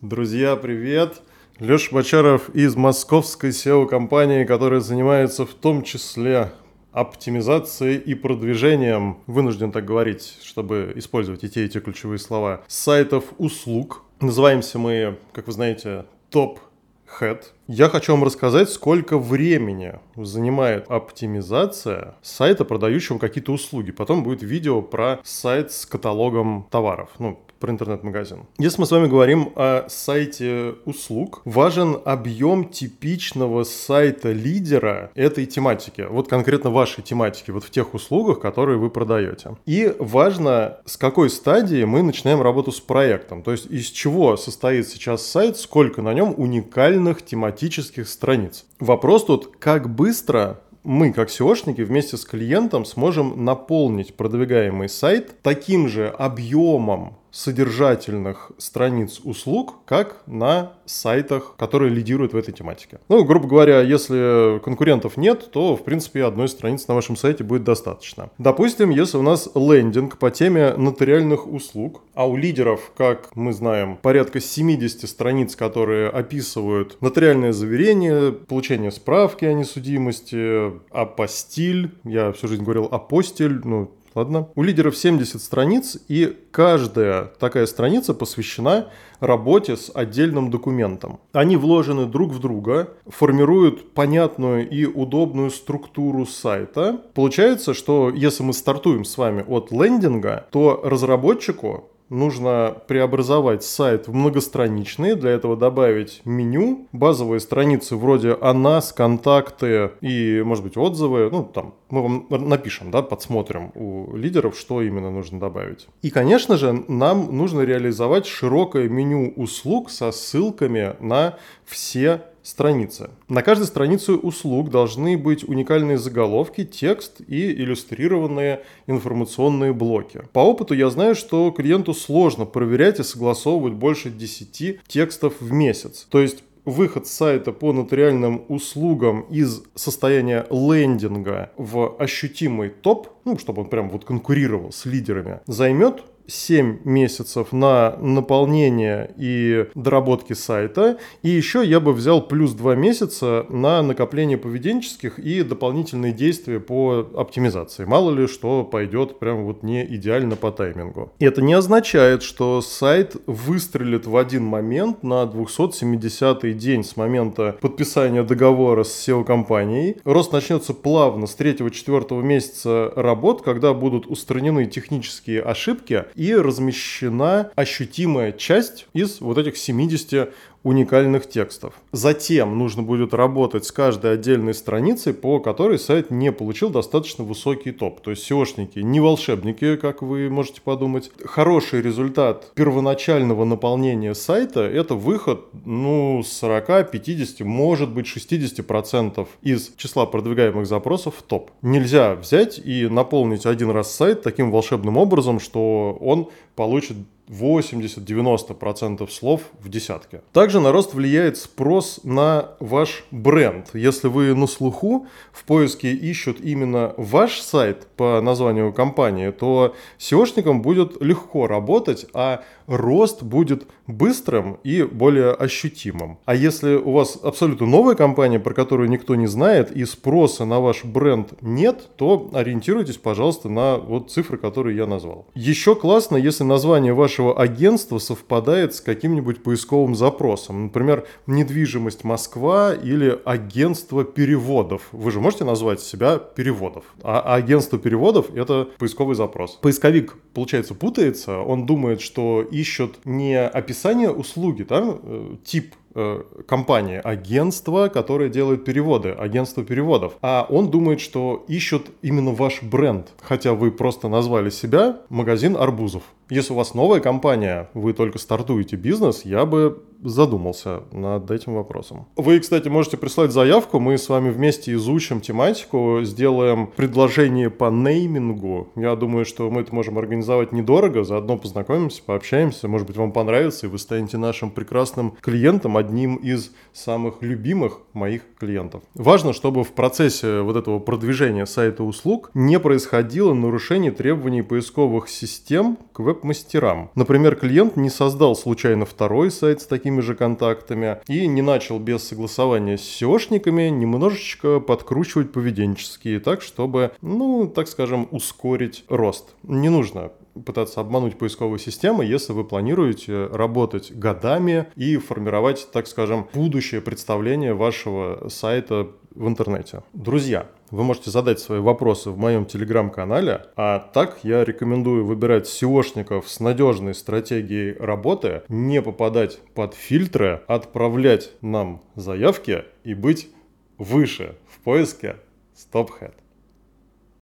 Друзья, привет! Леша Бочаров из московской SEO-компании, которая занимается в том числе оптимизацией и продвижением, вынужден так говорить, чтобы использовать и те ключевые слова, сайтов услуг. Называемся мы, как вы знаете, Top Head. Я хочу вам рассказать, сколько времени занимает оптимизация сайта, продающего какие-то услуги. Потом будет видео про сайт с каталогом товаров, про интернет-магазин. Если мы с вами говорим о сайте услуг, важен объем типичного сайта-лидера этой тематики. Вот конкретно вашей тематики, вот в тех услугах, которые вы продаете. И важно, с какой стадии мы начинаем работу с проектом. То есть из чего состоит сейчас сайт, сколько на нем уникальных тематических страниц. Вопрос тут, как быстро мы, как SEOшники, вместе с клиентом сможем наполнить продвигаемый сайт таким же объемом содержательных страниц услуг, как на сайтах, которые лидируют в этой тематике. Грубо говоря, если конкурентов нет, то, в принципе, одной страницы на вашем сайте будет достаточно. Допустим, если у нас лендинг по теме нотариальных услуг, а у лидеров, как мы знаем, порядка 70 страниц, которые описывают нотариальное заверение, получение справки о несудимости, апостиль, я всю жизнь говорил апостиль, ладно. У лидеров 70 страниц, и каждая такая страница посвящена работе с отдельным документом. Они вложены друг в друга, формируют понятную и удобную структуру сайта. Получается, что если мы стартуем с вами от лендинга, то разработчику нужно преобразовать сайт в многостраничный, для этого добавить меню, базовые страницы вроде о нас, контакты и, может быть, отзывы. Мы вам напишем, подсмотрим у лидеров, что именно нужно добавить. И, конечно же, нам нужно реализовать широкое меню услуг со ссылками на все страницы. На каждой странице услуг должны быть уникальные заголовки, текст и иллюстрированные информационные блоки. По опыту я знаю, что клиенту сложно проверять и согласовывать больше 10 текстов в месяц. То есть выход сайта по нотариальным услугам из состояния лендинга в ощутимый топ, чтобы он прям конкурировал с лидерами, займет 7 месяцев на наполнение и доработки сайта. И еще я бы взял плюс 2 месяца на накопление поведенческих и дополнительные действия по оптимизации. Мало ли что пойдет прям не идеально по таймингу. И это не означает, что сайт выстрелит в один момент на 270-й день с момента подписания договора с SEO-компанией. Рост начнется плавно с 3-4 месяца работ, когда будут устранены технические ошибки и размещена ощутимая часть из этих 70 уникальных текстов. Затем нужно будет работать с каждой отдельной страницей, по которой сайт не получил достаточно высокий топ. То есть SEOшники не волшебники, как вы можете подумать. Хороший результат первоначального наполнения сайта – это выход 40, 50, может быть 60% из числа продвигаемых запросов в топ. Нельзя взять и наполнить один раз сайт таким волшебным образом, что он получит 80-90% слов в десятке. Также на рост влияет спрос на ваш бренд. Если вы на слуху, в поиске ищут именно ваш сайт по названию компании, то SEOшникам будет легко работать, а рост будет быстрым и более ощутимым. А если у вас абсолютно новая компания, про которую никто не знает, и спроса на ваш бренд нет, то ориентируйтесь, пожалуйста, на цифры, которые я назвал. Еще классно, если название вашего агентства совпадает с каким-нибудь поисковым запросом. Например, недвижимость Москва или агентство переводов. Вы же можете назвать себя переводов. А агентство переводов – это поисковый запрос. Поисковик, получается, путается. Он думает, что ищут не описание услуги, тип компания, агентство, которое делает переводы, агентство переводов. А он думает, что ищут именно ваш бренд, хотя вы просто назвали себя магазин арбузов. Если у вас новая компания, вы только стартуете бизнес, я бы задумался над этим вопросом. Вы, кстати, можете прислать заявку, мы с вами вместе изучим тематику, сделаем предложение по неймингу. Я думаю, что мы это можем организовать недорого, заодно познакомимся, пообщаемся, может быть, вам понравится, и вы станете нашим прекрасным клиентом, одним из самых любимых моих клиентов. Важно, чтобы в процессе этого продвижения сайта услуг не происходило нарушение требований поисковых систем к веб веб-мастерам. Например, клиент не создал случайно второй сайт с такими же контактами и не начал без согласования с SEOшниками немножечко подкручивать поведенческие так, чтобы, так скажем, ускорить рост. Не нужно пытаться обмануть поисковые системы, если вы планируете работать годами и формировать, так скажем, будущее представление вашего сайта в интернете. Друзья, вы можете задать свои вопросы в моем телеграм-канале, а так я рекомендую выбирать SEOшников с надежной стратегией работы, не попадать под фильтры, отправлять нам заявки и быть выше в поиске StopHead.